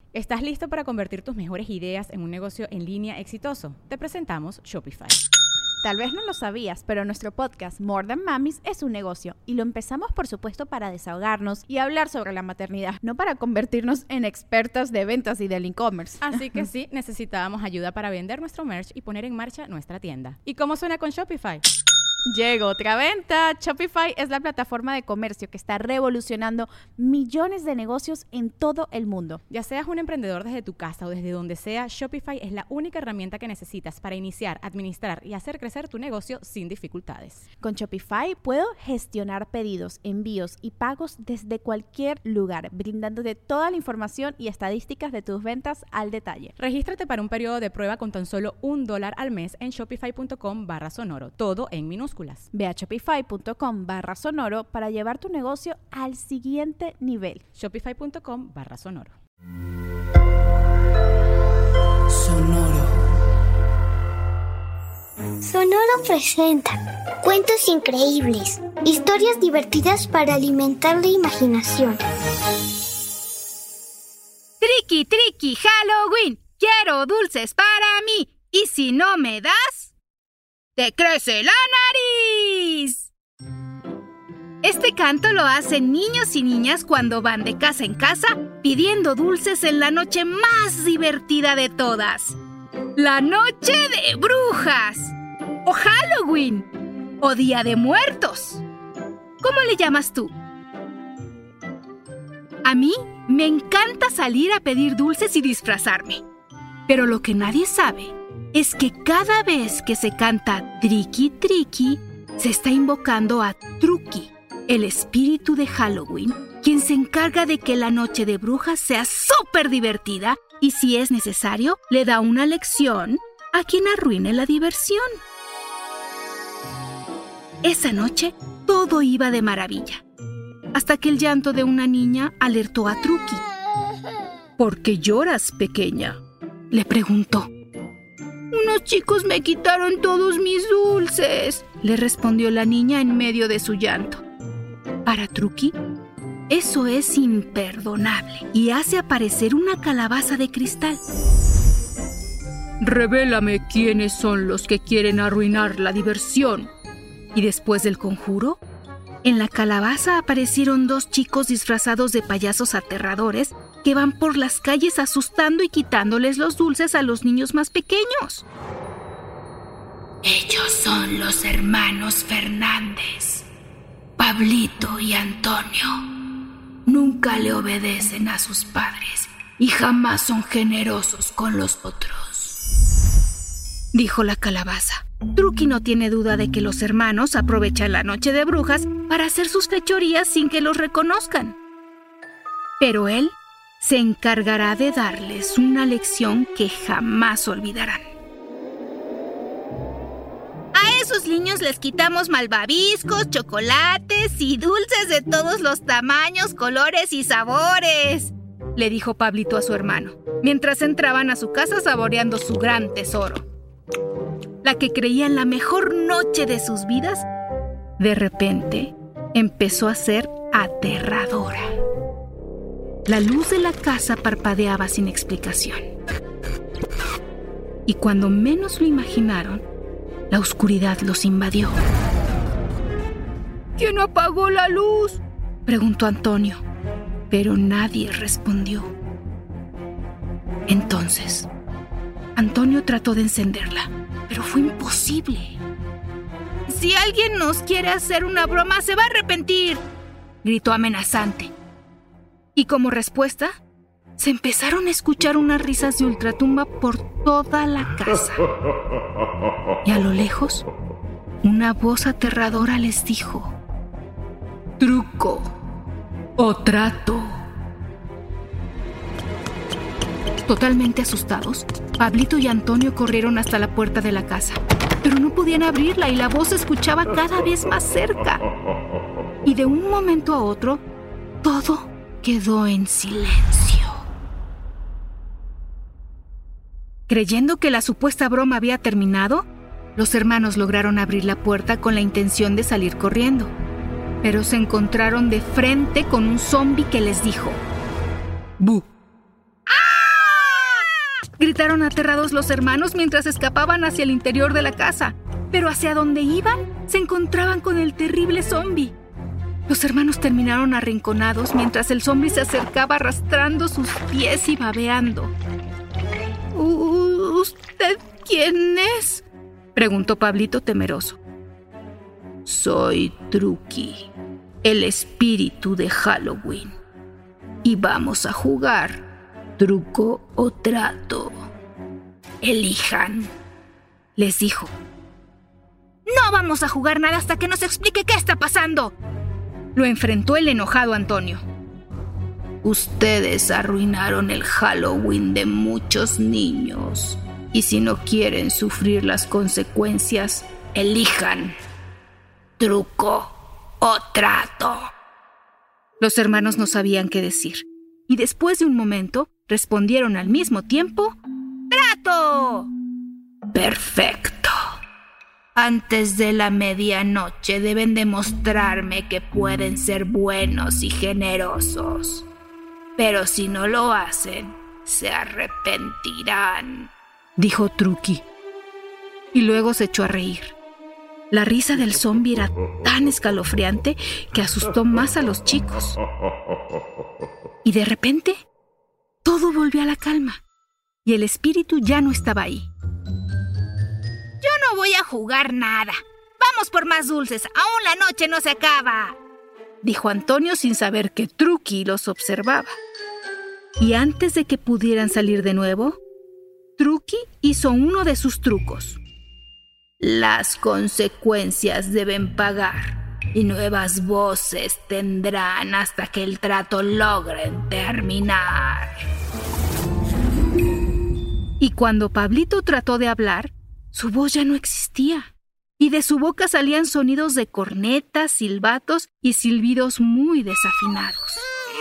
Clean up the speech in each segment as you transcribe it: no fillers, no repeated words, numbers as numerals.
¿Estás listo para convertir tus mejores ideas en un negocio en línea exitoso? Te presentamos Shopify. Tal vez no lo sabías, pero nuestro podcast More Than Mamis es un negocio y lo empezamos por supuesto para desahogarnos y hablar sobre la maternidad, no para convertirnos en expertas de ventas y del e-commerce. Así que sí, necesitábamos ayuda para vender nuestro merch y poner en marcha nuestra tienda. ¿Y cómo suena con Shopify? Llegó otra venta. Shopify es la plataforma de comercio que está revolucionando millones de negocios en todo el mundo. Ya seas un emprendedor desde tu casa o desde donde sea, Shopify es la única herramienta que necesitas para iniciar, administrar y hacer crecer tu negocio sin dificultades. Con Shopify puedo gestionar pedidos, envíos y pagos desde cualquier lugar, brindándote toda la información y estadísticas de tus ventas al detalle. Regístrate para un periodo de prueba con tan solo $1 al mes en shopify.com/sonoro, todo en minúsculas. Ve a shopify.com/sonoro para llevar tu negocio al siguiente nivel. Shopify.com/sonoro. Sonoro. Sonoro presenta cuentos increíbles, historias divertidas para alimentar la imaginación. Triqui, triqui, Halloween, quiero dulces para mí, y si no me das, ¡te crece la nariz! Este canto lo hacen niños y niñas cuando van de casa en casa pidiendo dulces en la noche más divertida de todas. La noche de brujas, o Halloween, o Día de Muertos. ¿Cómo le llamas tú? A mí me encanta salir a pedir dulces y disfrazarme. Pero lo que nadie sabe es que cada vez que se canta Triqui Triqui, se está invocando a Truqui, el espíritu de Halloween, quien se encarga de que la noche de brujas sea súper divertida y, si es necesario, le da una lección a quien arruine la diversión. Esa noche todo iba de maravilla, hasta que el llanto de una niña alertó a Truqui. ¿Por qué lloras, pequeña?, le preguntó. «Unos chicos me quitaron todos mis dulces», le respondió la niña en medio de su llanto. Para Truqui, eso es imperdonable y hace aparecer una calabaza de cristal. «Revélame quiénes son los que quieren arruinar la diversión». Y después del conjuro, en la calabaza aparecieron dos chicos disfrazados de payasos aterradores que van por las calles asustando y quitándoles los dulces a los niños más pequeños. Ellos son los hermanos Fernández, Pablito y Antonio. Nunca le obedecen a sus padres y jamás son generosos con los otros, dijo la calabaza. Truqui no tiene duda de que los hermanos aprovechan la noche de brujas para hacer sus fechorías sin que los reconozcan. Pero él se encargará de darles una lección que jamás olvidarán. A esos niños les quitamos malvaviscos, chocolates y dulces de todos los tamaños, colores y sabores, le dijo Pablito a su hermano, mientras entraban a su casa saboreando su gran tesoro. La que creían la mejor noche de sus vidas, de repente empezó a ser aterradora. La luz de la casa parpadeaba sin explicación. Y cuando menos lo imaginaron, la oscuridad los invadió. ¿Quién apagó la luz?, preguntó Antonio, pero nadie respondió. Entonces, Antonio trató de encenderla, pero fue imposible. «Si alguien nos quiere hacer una broma, se va a arrepentir», gritó amenazante. Y como respuesta, se empezaron a escuchar unas risas de ultratumba por toda la casa. Y a lo lejos, una voz aterradora les dijo: «Truco o trato». Totalmente asustados, Pablito y Antonio corrieron hasta la puerta de la casa, pero no podían abrirla y la voz se escuchaba cada vez más cerca. Y de un momento a otro, todo quedó en silencio. Creyendo que la supuesta broma había terminado, los hermanos lograron abrir la puerta con la intención de salir corriendo, pero se encontraron de frente con un zombi que les dijo: «¡Bu!». ¡Ah! Gritaron aterrados los hermanos mientras escapaban hacia el interior de la casa. Pero hacia donde iban, se encontraban con el terrible zombie. Los hermanos terminaron arrinconados mientras el zombie se acercaba arrastrando sus pies y babeando. ¿Usted quién es?, preguntó Pablito temeroso. Soy Truqui, el espíritu de Halloween. Y vamos a jugar truco o trato. Elijan, les dijo. No vamos a jugar nada hasta que nos explique qué está pasando, lo enfrentó el enojado Antonio. Ustedes arruinaron el Halloween de muchos niños. Y si no quieren sufrir las consecuencias, elijan truco o trato. Los hermanos no sabían qué decir. Y después de un momento, respondieron al mismo tiempo: ¡Trato! Perfecto. Antes de la medianoche deben demostrarme que pueden ser buenos y generosos. Pero si no lo hacen, se arrepentirán, dijo Truqui. Y luego se echó a reír. La risa del zombi era tan escalofriante que asustó más a los chicos. Y de repente, todo volvió a la calma. Y el espíritu ya no estaba ahí. Yo no voy a jugar nada. Vamos por más dulces. Aún la noche no se acaba, dijo Antonio sin saber que Truqui los observaba. Y antes de que pudieran salir de nuevo, Truqui hizo uno de sus trucos. Las consecuencias deben pagar y nuevas voces tendrán hasta que el trato logren terminar. Y cuando Pablito trató de hablar, su voz ya no existía. Y de su boca salían sonidos de cornetas, silbatos y silbidos muy desafinados.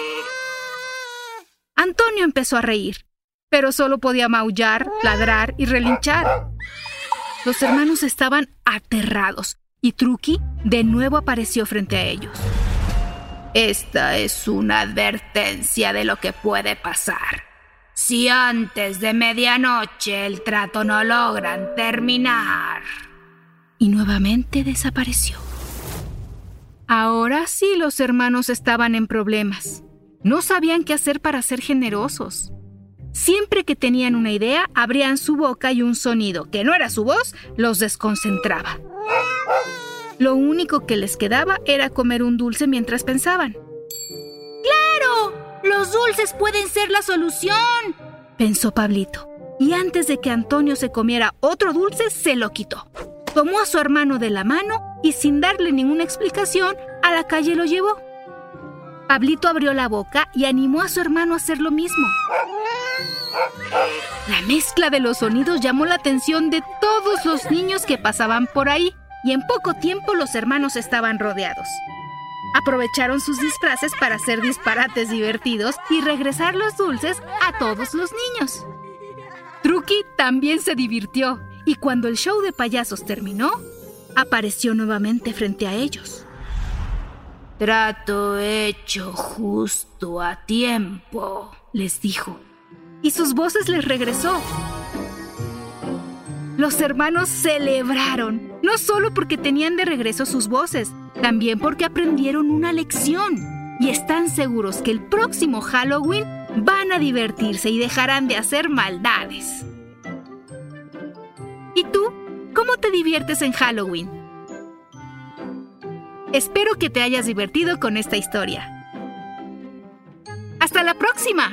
Antonio empezó a reír, pero solo podía maullar, ladrar y relinchar. Los hermanos estaban aterrados y Truqui de nuevo apareció frente a ellos. Esta es una advertencia de lo que puede pasar. Si antes de medianoche el trato no logran terminar. Y nuevamente desapareció. Ahora sí los hermanos estaban en problemas. No sabían qué hacer para ser generosos. Siempre que tenían una idea, abrían su boca y un sonido, que no era su voz, los desconcentraba. Lo único que les quedaba era comer un dulce mientras pensaban. ¡Claro! ¡Los dulces pueden ser la solución!, pensó Pablito. Y antes de que Antonio se comiera otro dulce, se lo quitó. Tomó a su hermano de la mano y sin darle ninguna explicación, a la calle lo llevó. Pablito abrió la boca y animó a su hermano a hacer lo mismo. La mezcla de los sonidos llamó la atención de todos los niños que pasaban por ahí, y en poco tiempo los hermanos estaban rodeados. Aprovecharon sus disfraces para hacer disparates divertidos y regresar los dulces a todos los niños. Truqui también se divirtió, y cuando el show de payasos terminó, apareció nuevamente frente a ellos. Trato hecho justo a tiempo, les dijo. Y sus voces les regresó. Los hermanos celebraron, no solo porque tenían de regreso sus voces, también porque aprendieron una lección. Y están seguros que el próximo Halloween van a divertirse y dejarán de hacer maldades. ¿Y tú? ¿Cómo te diviertes en Halloween? Espero que te hayas divertido con esta historia. ¡Hasta la próxima!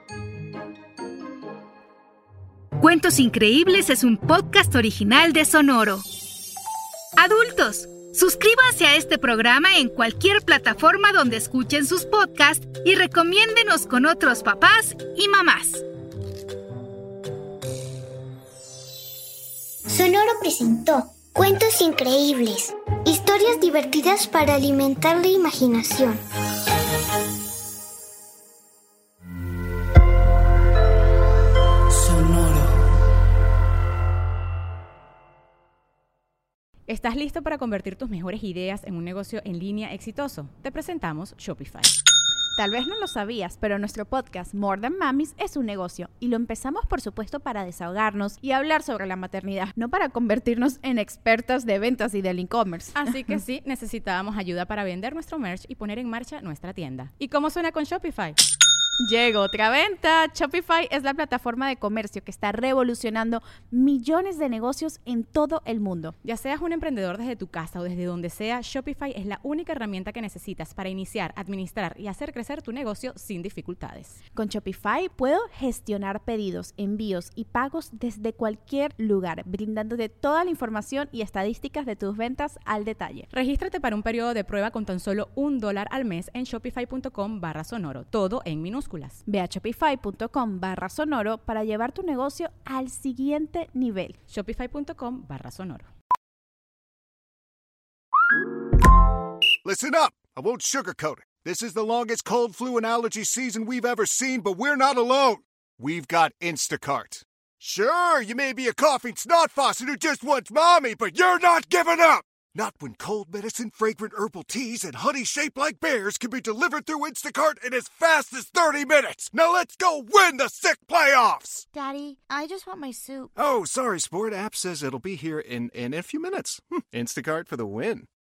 Cuentos Increíbles es un podcast original de Sonoro. Adultos, suscríbanse a este programa en cualquier plataforma donde escuchen sus podcasts y recomiéndenos con otros papás y mamás. Sonoro presentó Cuentos Increíbles, historias divertidas para alimentar la imaginación. ¿Estás listo para convertir tus mejores ideas en un negocio en línea exitoso? Te presentamos Shopify. Tal vez no lo sabías, pero nuestro podcast More Than Mamis es un negocio y lo empezamos por supuesto para desahogarnos y hablar sobre la maternidad, no para convertirnos en expertas de ventas y del e-commerce. Así que sí, necesitábamos ayuda para vender nuestro merch y poner en marcha nuestra tienda. ¿Y cómo suena con Shopify? Llegó otra venta. Shopify es la plataforma de comercio que está revolucionando millones de negocios en todo el mundo. Ya seas un emprendedor desde tu casa o desde donde sea, Shopify es la única herramienta que necesitas para iniciar, administrar y hacer crecer tu negocio sin dificultades. Con Shopify puedo gestionar pedidos, envíos y pagos desde cualquier lugar, brindándote toda la información y estadísticas de tus ventas al detalle. Regístrate para un periodo de prueba con tan solo $1 al mes en shopify.com/sonoro, todo en minúsculas. Ve a shopify.com/sonoro para llevar tu negocio al siguiente nivel. Shopify.com/sonoro. Listen up. I won't sugarcoat it. This is the longest cold, flu, and allergy season we've ever seen, but we're not alone. We've got Instacart. Sure, you may be a coughing snot faucet who just wants mommy, but you're not giving up. Not when cold medicine, fragrant herbal teas, and honey shaped like bears can be delivered through Instacart in as fast as 30 minutes. Now let's go win the sick playoffs. Daddy, I just want my soup. Oh, sorry, Sport. App says it'll be here in a few minutes. Instacart for the win.